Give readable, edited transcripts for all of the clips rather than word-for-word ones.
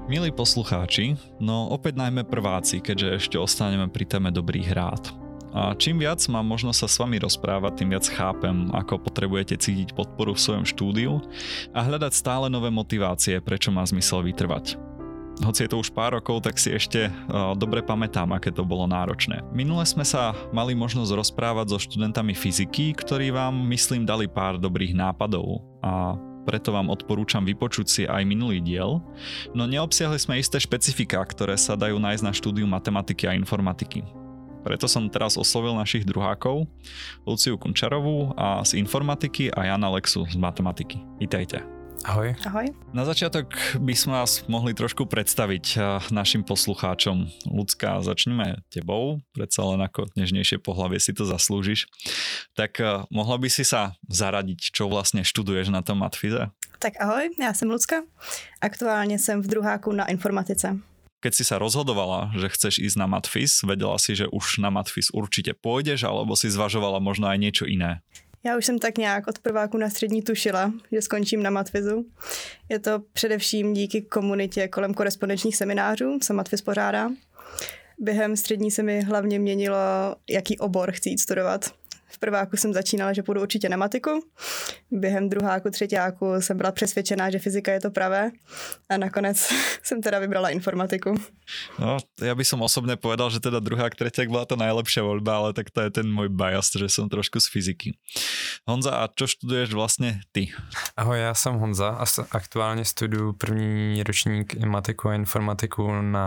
Milí poslucháči, no opäť najmä prváci, keďže ešte ostaneme pri téme dobrých rád. A čím viac mám možnosť sa s vami rozprávať, tým viac chápem, ako potrebujete cítiť podporu v svojom štúdiu a hľadať stále nové motivácie, prečo má zmysel vytrvať. Hoci je to už pár rokov, tak si ešte dobre pamätám, aké to bolo náročné. Minule sme sa mali možnosť rozprávať so študentami fyziky, ktorí vám, myslím, dali pár dobrých nápadov a preto vám odporúčam vypočuť si aj minulý diel, no neobsiahli sme isté špecifiká, ktoré sa dajú nájsť na štúdiu matematiky a informatiky. Preto som teraz oslovil našich druhákov, Luciu Kunčarovú z informatiky a Jana Lexu z matematiky. Vítajte. Ahoj. Ahoj. Na začiatok by sme vás mohli trošku predstaviť našim poslucháčom. Ľudská, začneme tebou, predsa len ako nežnejšie pohlavie si to zaslúžiš. Tak mohla by si sa zaradiť, čo vlastne študuješ na tom matfize? Tak ahoj, já jsem Lucka. Aktuálně jsem v druháku na informatice. Keď si sa rozhodovala, že chceš ísť na matfiz, vedela si, že už na matfiz určite pôjdeš, alebo si zvažovala možno aj niečo iné? Já už jsem tak nějak od prváku na střední tušila, že skončím na matfizu. Je to především díky komunitě kolem korespondenčních seminářů, co matfiz pořádá. Během střední se mi hlavně měnilo, jaký obor chci jít studovat. V prváku jsem začínala, že půjdu určitě na matiku. Během druháku, třetíáku jsem byla přesvědčená, že fyzika je to pravé. A nakonec jsem teda vybrala informatiku. No, ja by som osobne povedal, že teda druhák, tretiak bola tá najlepšia voľba, ale tak to je ten môj bias, že som trošku z fyziky. Honza, a čo študuješ vlastne ty? Ahoj, já jsem Honza a aktuálně studuju první ročník matiku a informatiku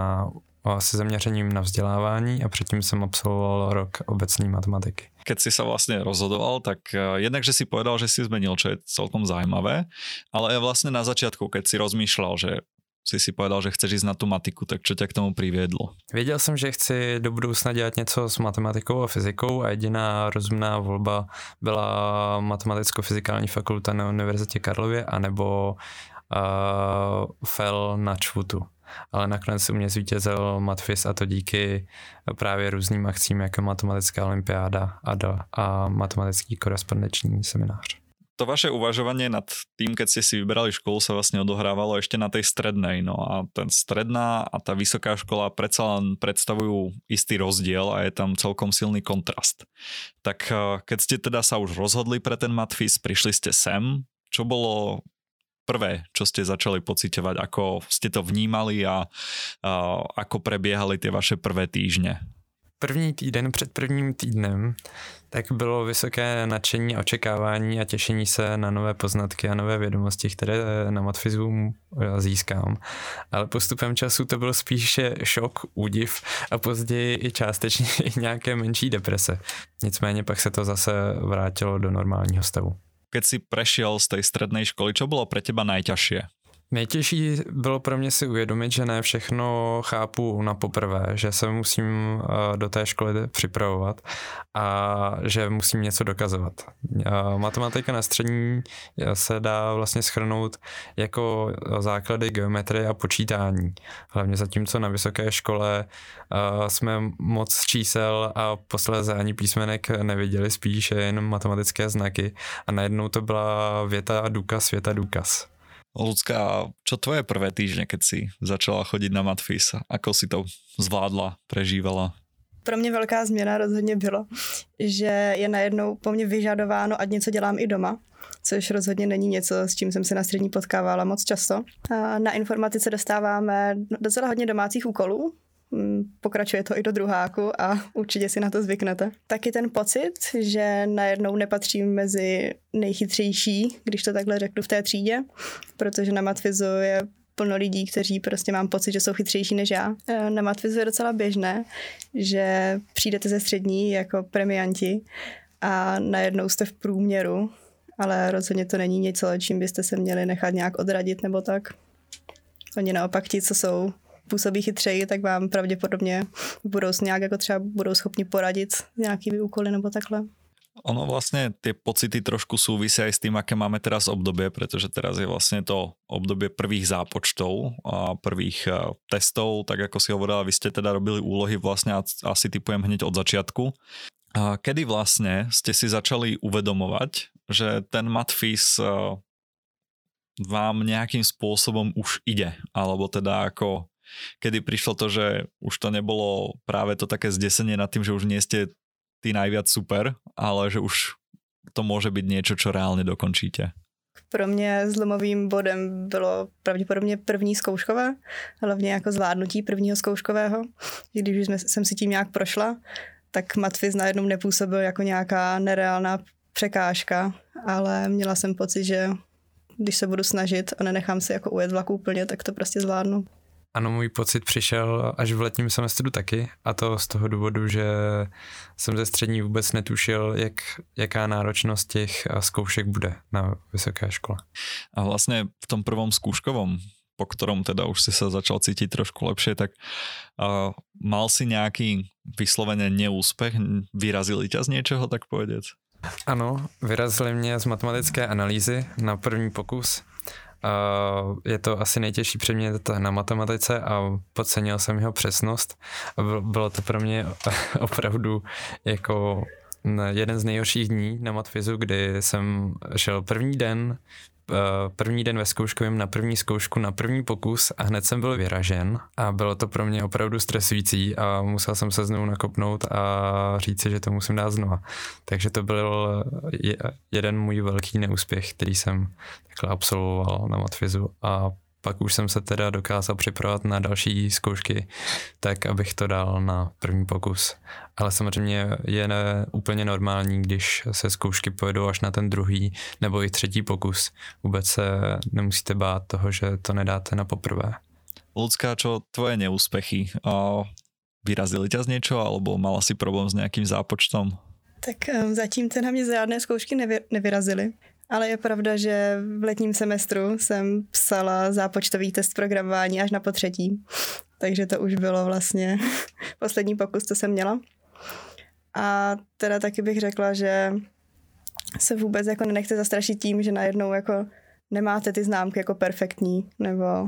se zaměřením na vzdělávání a předtým jsem absolvoval rok obecní matematiky. Keď si sa vlastne rozhodoval, tak jednak, že si povedal, že si zmenil, čo je celkom zaujímavé, ale aj vlastne na začiatku, keď si rozmýšľal, že si povedal, že chceš ísť na tú matiku, tak čo ťa k tomu priviedlo? Věděl jsem, že chci do budoucna dělat něco s matematikou a fyzikou a jediná rozumná volba byla matematicko-fyzikální fakulta na Univerzitě Karlově anebo FEL na ČVUTu. Ale nakonec u mě zvítězil matfiz a to díky právě různým akcím jako matematická olympiáda a matematický korespondenční seminář. To vaše uvažovanie nad tým, keď ste si vyberali školu, sa vlastne odohrávalo ešte na tej strednej. No a ten stredná a tá vysoká škola predsa len predstavujú istý rozdiel a je tam celkom silný kontrast. Tak keď ste teda sa už rozhodli pre ten matfiz, prišli ste sem, čo bolo prvé, čo ste začali pociťovať, ako ste to vnímali a ako prebiehali tie vaše prvé týždne? První týden před prvním týdnem tak bylo vysoké nadšení, očekávání a těšení se na nové poznatky a nové vědomosti, které na matfizu získám. Ale postupem času to byl spíše šok, údiv a později i částečně i nějaké menší deprese. Nicméně pak se to zase vrátilo do normálního stavu. Keď si prešiel z tej strednej školy, čo bolo pre teba najťažšie? Nejtěžší bylo pro mě si uvědomit, že ne všechno chápu na poprvé, že se musím do té školy připravovat a že musím něco dokazovat. Matematika na střední se dá vlastně shrnout jako základy geometrie a počítání. Hlavně zatímco na vysoké škole jsme moc čísel a posléze ani písmenek neviděli, spíše jen matematické znaky a najednou to byla věta a důkaz. Ľudská, čo tvoje prvé týždne, keď si začala chodiť na matfiz? Ako si to zvládla, prežívala? Pro mě velká změna rozhodně bylo, že je najednou po mně vyžadováno, ať něco dělám i doma, což rozhodně není něco, s čím jsem se na střední potkávala moc často. A na informatice dostáváme docela hodně domácích úkolů, pokračuje to i do druháku a určitě si na to zvyknete. Taky ten pocit, že najednou nepatřím mezi nejchytřejší, když to takhle řeknu, v té třídě, protože na matfizu je plno lidí, kteří prostě mám pocit, že jsou chytřejší než já. Na matfizu je docela běžné, že přijdete ze střední jako premianti a najednou jste v průměru, ale rozhodně to není něco, čím byste se měli nechat nějak odradit nebo tak. Oni naopak ti, co jsou působí chytřeji, tak vám pravděpodobně v budoucnu nějak jako třeba budou schopni poradit s nějakými úkoly nebo takhle. Ono vlastne tie pocity trošku súvisia aj s tým, aké máme teraz obdobie, pretože teraz je vlastne to obdobie prvých zápočtov a prvých testov, tak ako si hovorila, vy ste teda robili úlohy vlastne asi typujem hneď od začiatku. A kedy vlastne ste si začali uvedomovať, že ten matfiz vám nejakým spôsobom už ide, alebo teda ako kedy prišlo to, že už to nebolo práve to také zdesenie nad tým, že už nie ste tí najviac super, ale že už to môže byť niečo, čo reálne dokončíte. Pro mě zlomovým bodem bylo pravděpodobně první zkouškové, hlavně jako zvládnutí prvního zkouškového. Když jsem si tím nějak prošla, tak matfiz najednou nepůsobil jako nějaká nereálná překážka, ale měla jsem pocit, že když se budu snažit a nenechám si jako ujet vlak úplně, tak to prostě zvládnu. Ano, můj pocit přišel až v letním semestru taky, a to z toho důvodu, že jsem ze střední vůbec netušil, jaká náročnost těch zkoušek bude na vysoké škole. A vlastně v tom prvom skúškovom, po ktorom teda už si sa začal cítiť trošku lepšie, tak mal si nejaký vyslovene neúspech? Vyrazili ťa z niečoho, tak povedec? Ano, vyrazili mě z matematické analýzy na první pokus. Je to asi nejtěžší předmět na matematice a podcenil jsem jeho přesnost. A bylo to pro mě opravdu jako jeden z nejhorších dní na matfizu, kdy jsem šel první den ve zkouškovém na první zkoušku, na první pokus a hned jsem byl vyražen a bylo to pro mě opravdu stresující a musel jsem se znovu nakopnout a říct si, že to musím dát znova. Takže to byl jeden můj velký neúspěch, který jsem takhle absolvoval na matfizu a pak už jsem se teda dokázal připravovat na další zkoušky, tak abych to dal na první pokus. Ale samozřejmě je úplně normální, když se zkoušky pojedou až na ten druhý nebo i třetí pokus. Vůbec se nemusíte bát toho, že to nedáte na poprvé. Ľudská, čo tvoje neúspechy? Vyrazili ťa z niečo, alebo mala si problém s nejakým zápočtom? Tak zatím na mě žádné zkoušky nevyrazily. Ale je pravda, že v letním semestru jsem psala zápočtový test programování až na potřetí. Takže to už bylo vlastně poslední pokus, co jsem měla. A teda taky bych řekla, že se vůbec jako nenechte zastrašit tím, že najednou jako nemáte ty známky jako perfektní, nebo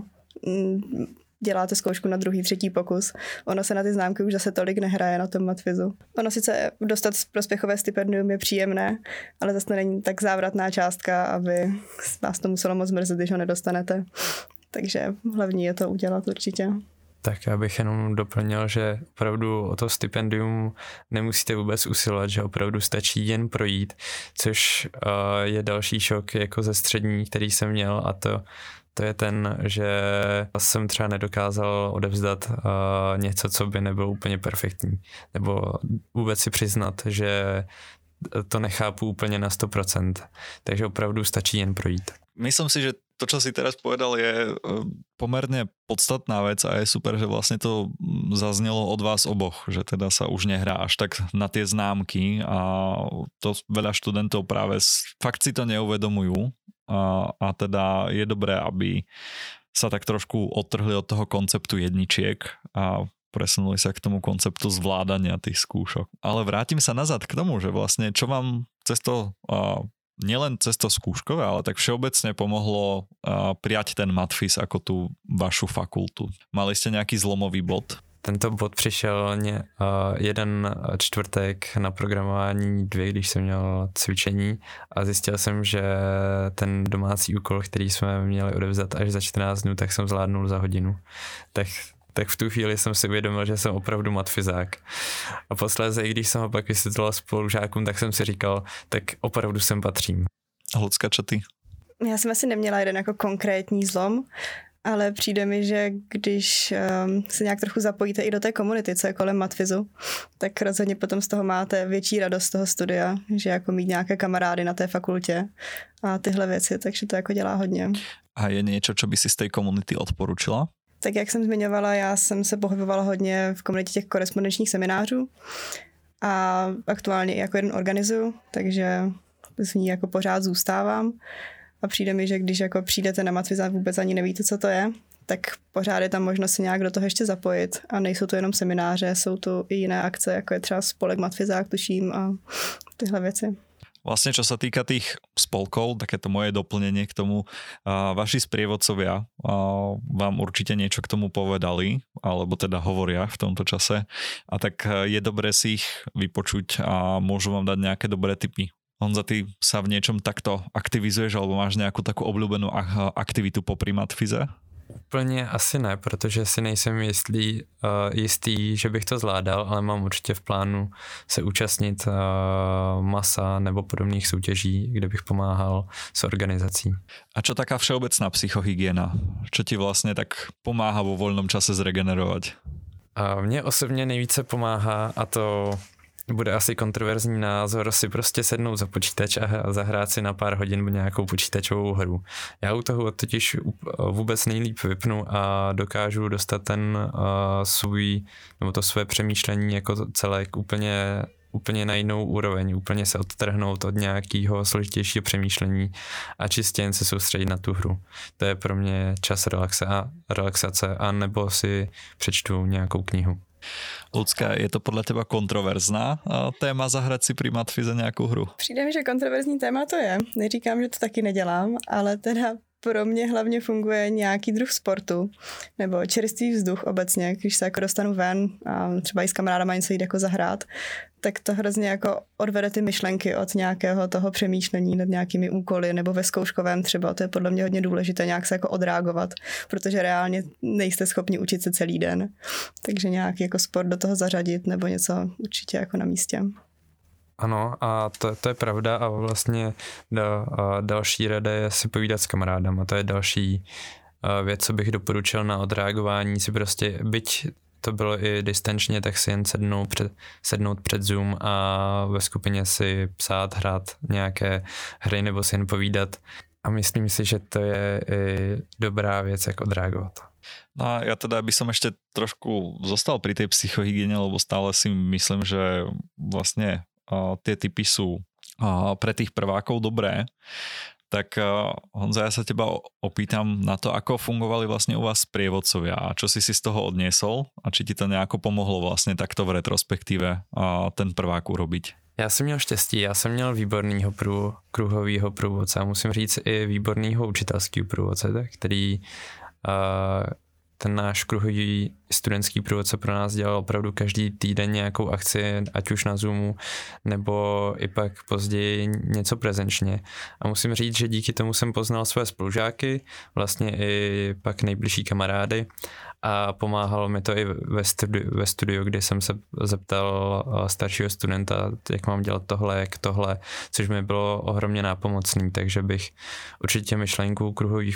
děláte zkoušku na druhý, třetí pokus. Ono se na ty známky už zase tolik nehraje na tom matfizu. Ono sice dostat prospěchové stipendium je příjemné, ale zase to není tak závratná částka, aby vás to muselo moc mrzet, když ho nedostanete. Takže hlavní je to udělat určitě. Tak já bych jenom doplnil, že opravdu o to stipendium nemusíte vůbec usilovat, že opravdu stačí jen projít, což je další šok jako ze střední, který jsem měl, a to je ten, že jsem třeba nedokázal odevzdat něco, co by nebylo úplně perfektní. Nebo vůbec si přiznat, že to nechápu úplně na 100%. Takže opravdu stačí jen projít. Myslím si, že to, čo si teraz povedal, je pomerne podstatná vec a je super, že vlastne to zaznelo od vás oboch, že teda sa už nehrá až tak na tie známky a to veľa študentov práve fakt si to neuvedomujú a teda je dobré, aby sa tak trošku odtrhli od toho konceptu jedničiek a presunuli sa k tomu konceptu zvládania tých skúšok. Ale vrátim sa nazad k tomu, že vlastne čo vám cez to nielen cez to skúškové, ale tak všeobecne pomohlo prijať ten matfiz ako tú vašu fakultu. Mali ste nejaký zlomový bod? Tento bod přišel jeden čtvrtek na programování 2, když jsem měl cvičení a zjistil jsem, že ten domácí úkol, který jsme měli odevzdat až za 14 dnů, tak jsem zvládnul za hodinu. Tak v tu chvíli jsem si uvědomil, že jsem opravdu matfizák. A posléze, i když jsem ho pak vysvětloval spolužákům, tak jsem si říkal, tak opravdu sem patřím. Lucka, čo ty? Já jsem asi neměla jeden jako konkrétní zlom, ale přijde mi, že když se nějak trochu zapojíte i do té komunity, co je kolem matfizu, tak rozhodně potom z toho máte větší radost z toho studia, že jako mít nějaké kamarády na té fakultě a tyhle věci, takže to jako dělá hodně. A je něco, čo by si z té komunity odporučila? Tak jak jsem zmiňovala, já jsem se pohybovala hodně v komunitě těch korespondenčních seminářů a aktuálně i jako jeden organizuju, takže z ní jako pořád zůstávám a přijde mi, že když jako přijdete na matfiz a vůbec ani nevíte, co to je, tak pořád je tam možnost se nějak do toho ještě zapojit a nejsou to jenom semináře, jsou tu i jiné akce, jako je třeba spolek Matfizák, tuším, a tyhle věci. Vlastne, čo sa týka tých spolkov, takéto moje doplnenie k tomu, vaši sprievodcovia vám určite niečo k tomu povedali, alebo teda hovoria v tomto čase, a tak je dobré si ich vypočuť a môžu vám dať nejaké dobré tipy Honza, ty sa v niečom takto aktivizuješ alebo máš nejakú takú obľúbenú aktivitu popri matfize? Úplně asi ne, protože si nejsem jistý, že bych to zvládal, ale mám určitě v plánu se účastnit masa nebo podobných soutěží, kde bych pomáhal s organizací. A čo taká všeobecná psychohygiena? Čo ti vlastně tak pomáhá vo voľnom čase zregenerovať? Mně osobně nejvíce pomáhá, a to bude asi kontroverzní názor, si prostě sednout za počítač a zahrát si na pár hodin nějakou počítačovou hru. Já u toho totiž vůbec nejlíp vypnu a dokážu dostat to své přemýšlení jako celek úplně na jinou úroveň, úplně se odtrhnout od nějakého složitějšího přemýšlení a čistě jen se soustředit na tu hru. To je pro mě čas relaxace a nebo si přečtu nějakou knihu. Lucka, je to podle teba kontroverzná téma zahrať si pri matfize nějakou hru? Přijde mi, že kontroverzní téma to je. Neříkám, že to taky nedělám, ale teda pro mě hlavně funguje nějaký druh sportu nebo čerstvý vzduch obecně, když se jako dostanu ven a třeba i s kamarádama něco jít jako zahrát, tak to hrozně jako odvede ty myšlenky od nějakého toho přemýšlení nad nějakými úkoly nebo ve zkouškovém třeba. To je podle mě hodně důležité nějak se jako odreagovat, protože reálně nejste schopni učit se celý den. Takže nějaký jako sport do toho zařadit nebo něco určitě jako na místě. Ano, a to je pravda a vlastně další rada je si povídat s kamarádama. To je další věc, co bych doporučil na odreagování, si prostě, byť to bylo i distančně, tak si jen sednout před Zoom a ve skupině si psát, hrát nějaké hry nebo si jen povídat. A myslím si, že to je i dobrá věc, jak odreagovat. No a ja teda by som ešte trošku zostal pri tej psychohygiene, lebo stále si myslím, že vlastne tie typy sú pre tých prvákov dobré. Tak Honza, ja sa teba opýtam na to, ako fungovali vlastne u vás sprievodcovia a čo si z toho odniesol a či ti to nejako pomohlo vlastne takto v retrospektíve ten prvák urobiť. Já jsem měl štěstí, já jsem měl výbornýho kruhovýho průvodce a musím říct i výbornýho učitelského průvodce, který ten náš kruhový studentský průvodce pro nás dělal opravdu každý týden nějakou akci, ať už na Zoomu, nebo i pak později něco prezenčně. A musím říct, že díky tomu jsem poznal své spolužáky, vlastně i pak nejbližší kamarády a pomáhalo mi to i ve studiu, kdy jsem se zeptal staršího studenta, jak mám dělat tohle, jak tohle, což mi bylo ohromně nápomocný, takže bych určitě myšlenku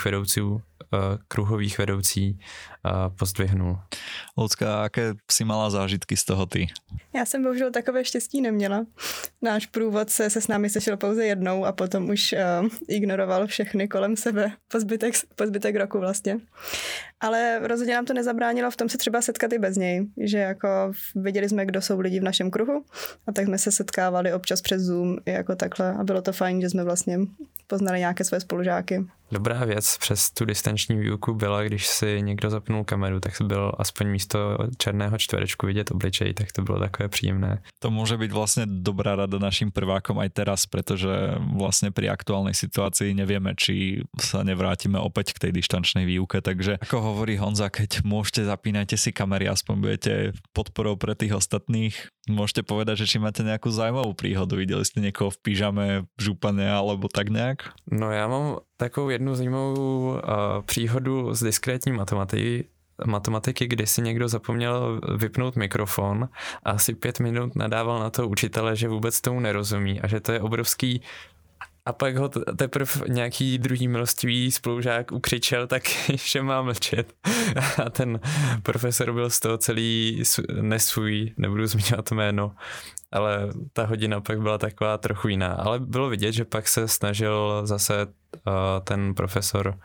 kruhových vedoucí pozdvihnul. Lucka, aké si mala zážitky z toho ty? Já jsem bohužel takové štěstí neměla. Náš průvodce se s námi sešel pouze jednou a potom už ignoroval všechny kolem sebe po zbytek roku vlastně. Ale rozhodně nám to nezabránilo v tom se třeba setkat i bez něj, že jako viděli jsme, kdo jsou lidi v našem kruhu a tak jsme se setkávali občas přes Zoom i jako takhle a bylo to fajn, že jsme vlastně poznali nějaké své spolužáky. Dobrá věc přes tu distanční výuku byla, když si někdo zapnul kameru, tak byl aspoň místo černého čtverečku vidět obličej, tak to bylo takové příjemné. To môže byť vlastne dobrá rada našim prvákom aj teraz, pretože vlastne pri aktuálnej situácii nevieme, či sa nevrátime opäť k tej distančnej výuke, takže ako hovorí Honza, keď môžete, zapínajte si kamery, aspoň budete podporou pre tých ostatných. Môžete povedať, že či máte nejakú zaujímavú príhodu, videli ste niekoho v pyžame, v župane alebo tak nejak? No já mám takovou jednu zajímavou příhodu z diskrétní matematiky, kdy si někdo zapomněl vypnout mikrofon a asi 5 minut nadával na to učitele, že vůbec tomu nerozumí a že to je obrovský. A pak ho teprve nějaký druhý milostivý spolužák ukřičel, tak že má mlčet. A ten profesor byl z toho celý nesvůj, nebudu zmiňovat to jméno, ale ta hodina pak byla taková trochu jiná. Ale bylo vidět, že pak se snažil zase ten profesor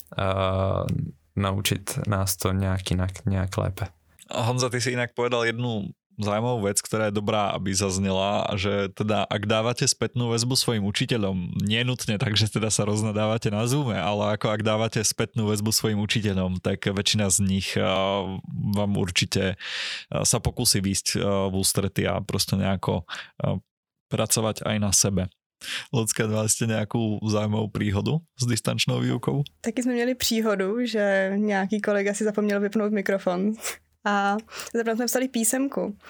naučit nás to nějak jinak, nějak lépe. Honza, ty si inak povedal jednu zaujímavú vec, ktorá je dobrá, aby zaznela, že teda ak dávate spätnú väzbu svojim učiteľom, nie nutne tak, že teda sa roznadávate na Zoome, ale ako ak dávate spätnú väzbu svojim učiteľom, tak väčšina z nich vám určite sa pokusí výjsť v ústrety a prosto nejako pracovať aj na sebe. Lucka, mali ste nejakú zaujímavú príhodu s distančnou výukou? Taky jsme měli příhodu, že nějaký kolega si zapomněl vypnout mikrofon a zrovna jsme psali písemku.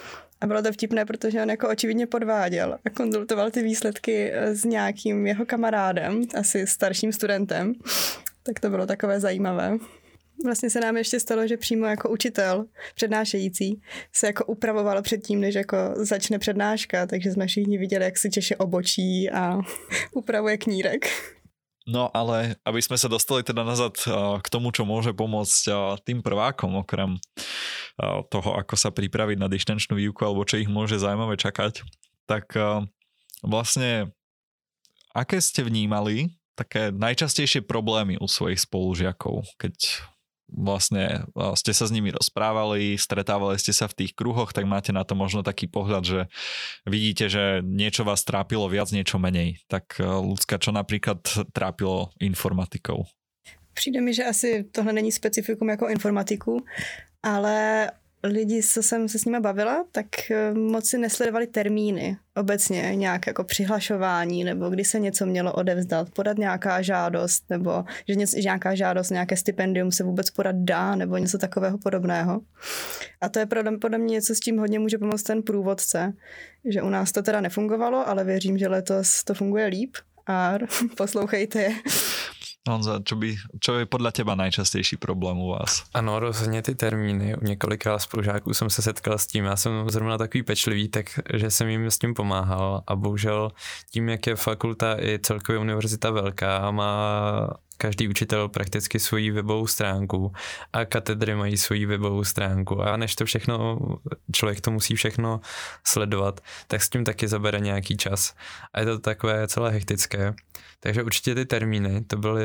A bylo to vtipné, protože on jako očividně podváděl a konzultoval ty výsledky s nějakým jeho kamarádem, asi starším studentem. Tak to bylo takové zajímavé. Vlastně se nám ještě stalo, že přímo jako učitel přednášející se jako upravoval předtím, než jako začne přednáška, takže jsme všichni viděli, jak si češe obočí a upravuje knírek. No ale aby sme sa dostali teda nazad k tomu, čo môže pomôcť tým prvákom, okrem toho, ako sa pripraviť na dištančnú výuku alebo čo ich môže zaujímavé čakať, tak vlastne aké ste vnímali také najčastejšie problémy u svojich spolužiakov, keď vlastne ste sa s nimi rozprávali, stretávali ste sa v tých kruhoch, tak máte na to možno taký pohľad, že vidíte, že niečo vás trápilo viac, niečo menej. Tak Lucka, čo napríklad trápilo informatikov? Přijde mi, že asi tohle není specifikum jako informatiku, ale lidi, co jsem se s nimi bavila, tak moc si nesledovali termíny obecně, nějak jako přihlašování, nebo kdy se něco mělo odevzdat, podat nějaká žádost, nebo že nějaká žádost, nějaké stipendium se vůbec podat dá, nebo něco takového podobného. A to je podle mě něco, s tím hodně může pomoct ten průvodce, že u nás to teda nefungovalo, ale věřím, že letos to funguje líp a poslouchejte je. Honza, čo je podľa teba najčastejší problém u vás? Ano, rozhodně ty termíny. U několika spolužáků jsem se setkal s tím. Já jsem zrovna takový pečlivý, takže jsem jim s tím pomáhal a bohužel tím, jak je fakulta i celkově univerzita velká, má každý učitel prakticky svoji webovou stránku a katedry mají svoji webovou stránku a než to všechno, člověk to musí všechno sledovat, tak s tím taky zabere nějaký čas a je to takové celé hektické. Takže určitě ty termíny, to byl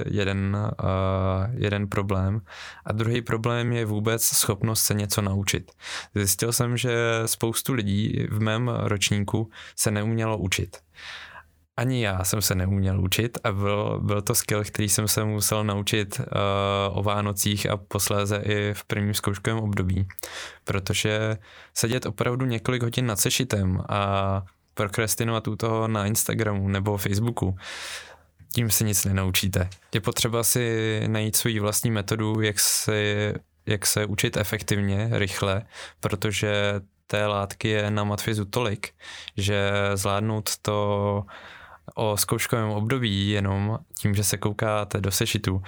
jeden problém. A druhý problém je vůbec schopnost se něco naučit. Zjistil jsem, že spoustu lidí v mém ročníku se neumělo učit. Ani já jsem se neuměl učit a byl to skill, který jsem se musel naučit o Vánocích a posléze i v prvním zkouškovém období. Protože sedět opravdu několik hodin nad sešitem a prokrastinovat u toho na Instagramu nebo Facebooku, tím se nic nenaučíte. Je potřeba si najít svou vlastní metodu, jak se učit efektivně, rychle, protože té látky je na matfizu tolik, že zvládnout to o zkouškovém období jenom tím, že se koukáte do sešitu,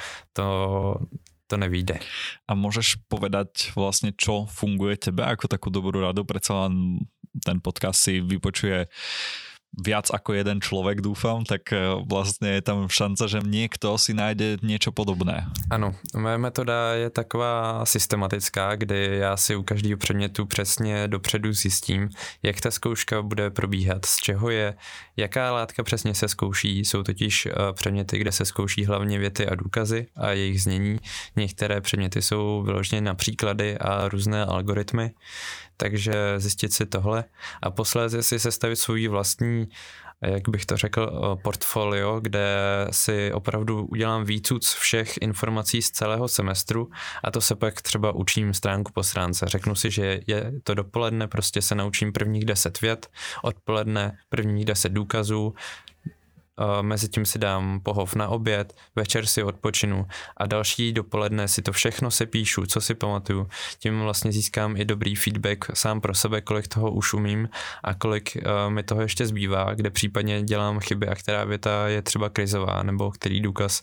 to nevyjde. A môžeš povedať vlastne, čo funguje tebe ako takú dobrú radu? Predsa len ten podcast si vypočuje viac ako jeden človek, dúfam, tak vlastne je tam šanca, že niekto si nájde niečo podobné. Ano, moje metoda je taková systematická, kdy já si u každého předmětu přesně dopředu zjistím, jak ta zkouška bude probíhat, z čeho je, jaká látka přesně se zkouší. Jsou totiž předměty, kde se zkouší hlavně věty a důkazy a jejich znění. Některé předměty jsou vyloženě na příklady a různé algoritmy. Takže zjistit si tohle a posléze si sestavit svůj vlastní, jak bych to řekl, portfolio, kde si opravdu udělám výcuc všech informací z celého semestru a to se pak třeba učím stránku po stránce. Řeknu si, že je to dopoledne, prostě se naučím prvních 10 vět, odpoledne prvních 10 důkazů, mezitím si dám pohov na oběd, večer si odpočinu a další dopoledne si to všechno sepíšu, co si pamatuju. Tím vlastně získám i dobrý feedback sám pro sebe, kolik toho už umím a kolik mi toho ještě zbývá, kde případně dělám chyby a která věta je třeba krizová nebo který důkaz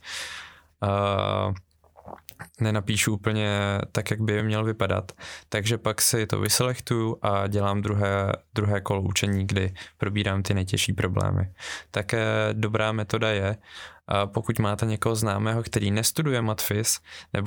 nenapíšu úplně tak, jak by měl vypadat. Takže pak si to vyselektuju a dělám druhé kolo učení, kdy probírám ty nejtěžší problémy. Také dobrá metoda je, pokud máte někoho známého, který nestuduje matfiz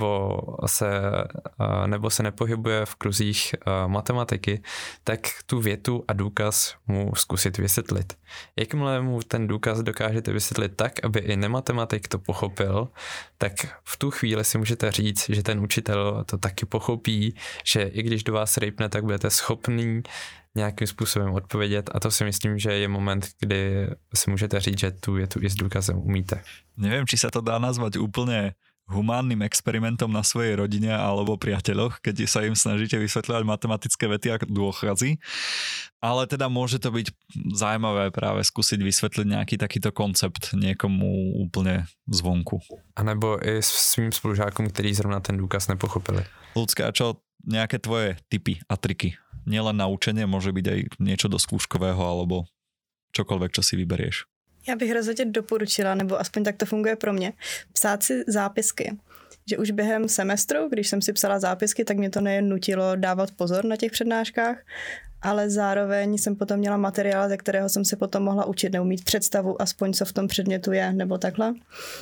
nebo se nepohybuje v kruzích matematiky, tak tu větu a důkaz mu zkusit vysvětlit. Jakmile mu ten důkaz dokážete vysvětlit tak, aby i nematematik to pochopil, tak v tu chvíli si můžete říct, že ten učitel to taky pochopí, že i když do vás rejpne, tak budete schopný nějakým způsobem odpovědět a to si myslím, že je moment, kdy si můžete říct, že tu větu i s důkazem umíte. Neviem, či sa to dá nazvať úplne humánnym experimentom na svojej rodine alebo priateľoch, keď sa im snažíte vysvetľovať matematické vety a dôkazy, ale teda môže to byť zaujímavé práve skúsiť vysvetliť nejaký takýto koncept niekomu úplne zvonku. A nebo i svým spolužákům, kteří zrovna ten důkaz nepochopili. Lucka, čo nejaké tvoje tipy a triky? nielen na učenie, môže byť aj niečo do skúškového alebo čokoľvek, čo si vyberieš. Já bych rozhodně doporučila, nebo aspoň tak to funguje pro mě, psát si zápisky. Že už během semestru, když jsem si psala zápisky, tak mě to nejen nutilo dávat pozor na těch přednáškách, ale zároveň jsem potom měla materiál, ze kterého jsem se potom mohla učit, nebo mít představu aspoň, co v tom předmětu je, nebo takhle.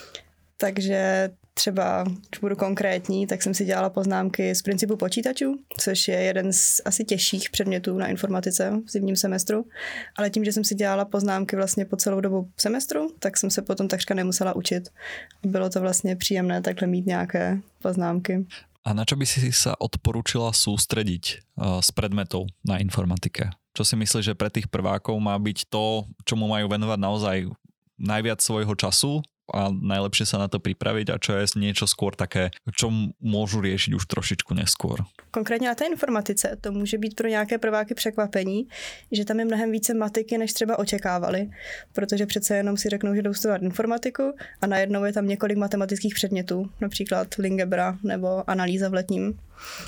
Takže třeba, když budu konkrétní, tak jsem si dělala poznámky z principu počítačů, což je jeden z asi těžších předmětů na informatice v zimním semestru, ale tím, že jsem si dělala poznámky vlastně po celou dobu semestru, tak jsem se potom takřka nemusela učit. Bylo to vlastně příjemné takhle mít nějaké poznámky. A na čo by si sa odporúčila sústrediť z predmetov na informatike? Čo si myslíš, že pre tých prvákov má byť to, čomu majú venovať naozaj najviac svojho času a najlepšie sa na to pripraviť, a čo je niečo skôr také, čo môžu riešiť už trošičku neskôr? Konkrétně na té informatice to může být pro nějaké prváky překvapení, že tam je mnohem více matiky, než třeba očekávali, protože přece jenom si řeknou, že jdou studovat informatiku a najednou je tam několik matematických předmětů, například Lingebra nebo analýza v letním.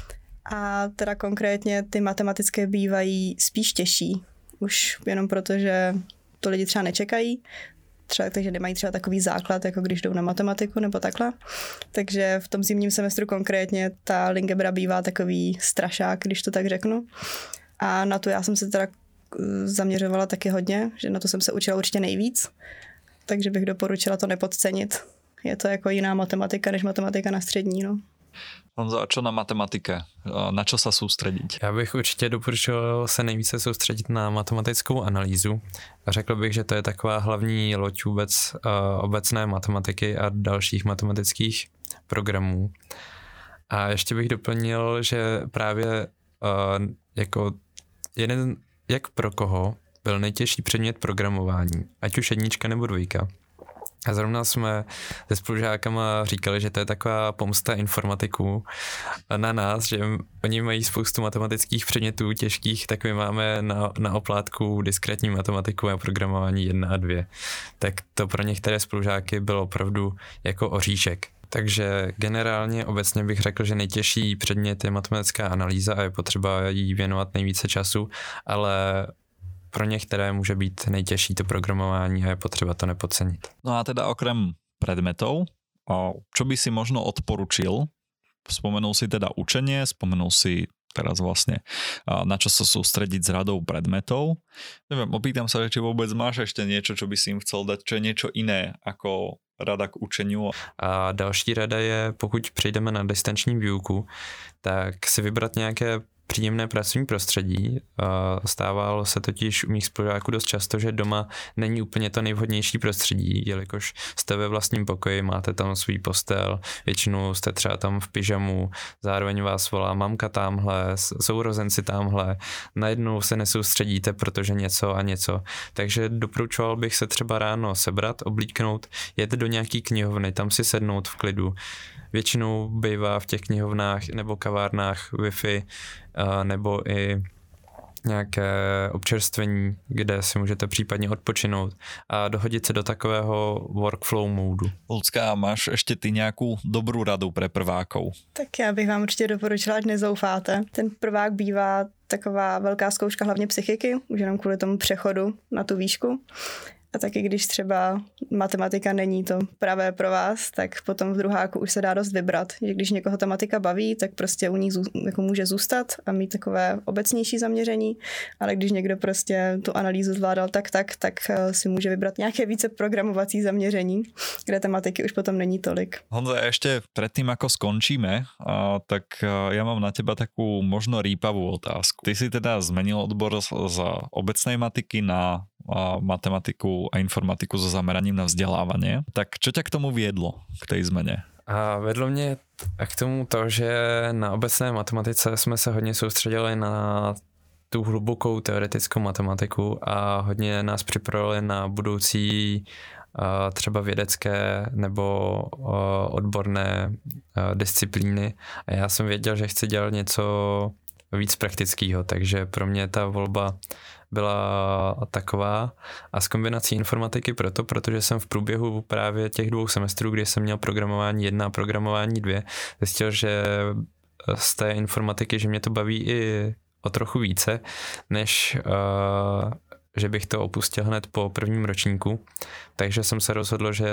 A teda konkrétně ty matematické bývají spíš těžší, už jenom proto, že to lidi třeba nečekají, takže nemají třeba takový základ, jako když jdou na matematiku nebo takhle. Takže v tom zimním semestru konkrétně ta Lingebra bývá takový strašák, když to tak řeknu. A na to já jsem se teda zaměřovala taky hodně, že na to jsem se učila určitě nejvíc, takže bych doporučila to nepodcenit. Je to jako jiná matematika, než matematika na střední, no. Honzo, a čo na matematike? Na čo sa sústrediť? Já bych určitě doporučil se nejvíce soustředit na matematickou analýzu. Řekl bych, že to je taková hlavní loď vůbec obecné matematiky a dalších matematických programů. A ještě bych doplnil, že právě jako jeden, jak pro koho, byl nejtěžší předmět programování, ať už jednička nebo dvojka. A zrovna jsme se spolužákama říkali, že to je taková pomsta informatiků na nás, že oni mají spoustu matematických předmětů těžkých, tak my máme na oplátku diskrétní matematiku a programování 1 a 2. Tak to pro některé spolužáky bylo opravdu jako oříšek. Takže generálně obecně bych řekl, že nejtěžší předmět je matematická analýza a je potřeba jí věnovat nejvíce času, ale pro některé může být nejtěžší to programování a je potřeba to nepodcenit. No a teda okrem predmetov, čo by si možno odporučil? Spomenul si teda učenie, spomenul si teraz vlastne na čo sa sústrediť s radou predmetov. Neviem, opýtam sa, či vôbec máš ešte niečo, čo by si im chcel dať, čo je niečo iné ako rada k učeniu. A další rada je, pokud přejdeme na distanční výuku, tak si vybrat nějaké příjemné pracovní prostředí. Stávalo se totiž u mých spolužáků dost často, že doma není úplně to nejvhodnější prostředí, jelikož jste ve vlastním pokoji, máte tam svůj postel, většinou jste třeba tam v pyžamu, zároveň vás volá mamka tamhle, sourozenci tamhle, najednou se nesoustředíte, protože něco a něco. Takže doporučoval bych se třeba ráno sebrat, oblíknout, jet do nějaký knihovny, tam si sednout v klidu. Většinou bývá v těch knihovnách nebo kavárnách Wi-Fi nebo i nějaké občerstvení, kde si můžete případně odpočinout a dohodit se do takového workflow módu. Lucka, máš ještě ty nějakou dobrou radu pre prvákov? Tak já bych vám určitě doporučila, ať nezoufáte. Ten prvák bývá taková velká zkouška hlavně psychiky, už jenom kvůli tomu přechodu na tu výšku. A taky když třeba matematika není to pravé pro vás, tak potom v druháku už se dá dost vybrat. Že když někoho ta matika baví, tak prostě u ní jako může zůstat a mít takové obecnější zaměření, ale když někdo prostě tu analýzu zvládal tak si může vybrat nějaké více programovací zaměření, kde tematiky už potom není tolik. Honzo, ešte predtým, ako skončíme, tak ja mám na teba takú možno rýpavú otázku. Ty si teda zmenil odbor z obecnej matiky na matematiku a informatiku so zameraním na vzdelávanie. Tak čo ťa k tomu viedlo, k tej zmene? A vedlo mě k tomu to, že na obecné matematice jsme se hodně soustředili na tu hlubokou teoretickou matematiku a hodně nás připravili na budoucí třeba vědecké nebo odborné disciplíny. A já jsem věděl, že chci dělat něco víc praktického, takže pro mě ta volba byla taková a s kombinací informatiky protože jsem v průběhu právě těch 2 semestrů, kdy jsem měl programování 1 a programování 2, zjistil, že z té informatiky, že mě to baví i o trochu více, než že bych to opustil hned po prvním ročníku. Takže jsem se rozhodl, že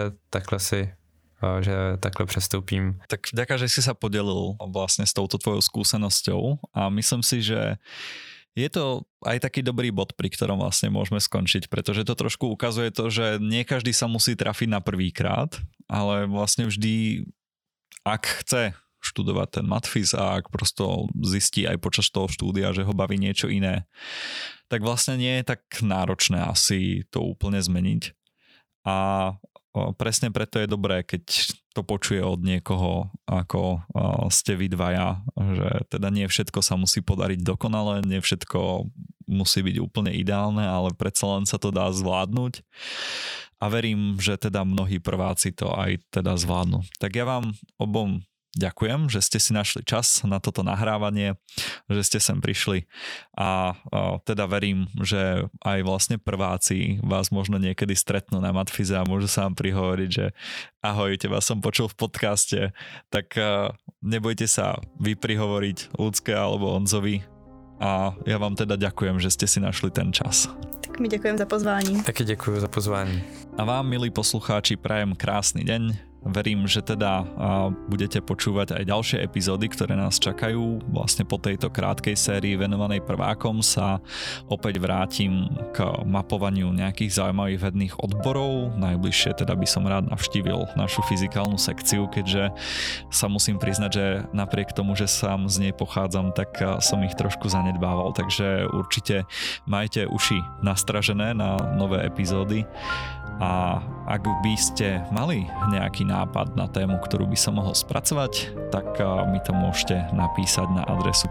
takhle přestoupím. Tak ďakujem, že si sa podelil vlastne s touto tvojou skúsenosťou a myslím si, že je to aj taký dobrý bod, pri ktorom vlastne môžeme skončiť, pretože to trošku ukazuje to, že nie každý sa musí trafiť na prvýkrát, ale vlastne vždy, ak chce študovať ten matfiz a ak prosto zistí aj počas toho štúdia, že ho baví niečo iné, tak vlastne nie je tak náročné asi to úplne zmeniť. A presne preto je dobré, keď to počuje od niekoho, ako ste vy dvaja, že teda nie všetko sa musí podariť dokonale, nie všetko musí byť úplne ideálne, ale predsa len sa to dá zvládnuť a verím, že teda mnohí prváci to aj teda zvládnu. Tak ja vám obom ďakujem, že ste si našli čas na toto nahrávanie, že ste sem prišli a teda verím, že aj vlastne prváci vás možno niekedy stretnú na matfize a môžu sa vám prihovoriť, že ahoj, teba som počul v podcaste, tak nebojte sa vyprihovoriť Ľudské alebo Honzovi a ja vám teda ďakujem, že ste si našli ten čas. Tak mi ďakujem za pozvání. Taky děkuji za pozvání. A vám, milí poslucháči, prajem krásny deň. Verím, že teda budete počúvať aj ďalšie epizódy, ktoré nás čakajú. Vlastne po tejto krátkej sérii venovanej prvákom sa opäť vrátim k mapovaniu nejakých zaujímavých vedných odborov. Najbližšie teda by som rád navštívil našu fyzikálnu sekciu, keďže sa musím priznať, že napriek tomu, že sám z nej pochádzam, tak som ich trošku zanedbával. Takže určite majte uši nastražené na nové epizódy. A ak by ste mali nejaký nápad na tému, ktorú by som mohol spracovať, tak mi to môžete napísať na adresu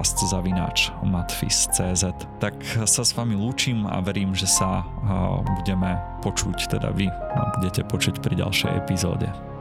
podcast@matfiz.cz. Tak sa s vami lúčim a verím, že sa budeme počuť, teda vy budete počuť pri ďalšej epizóde.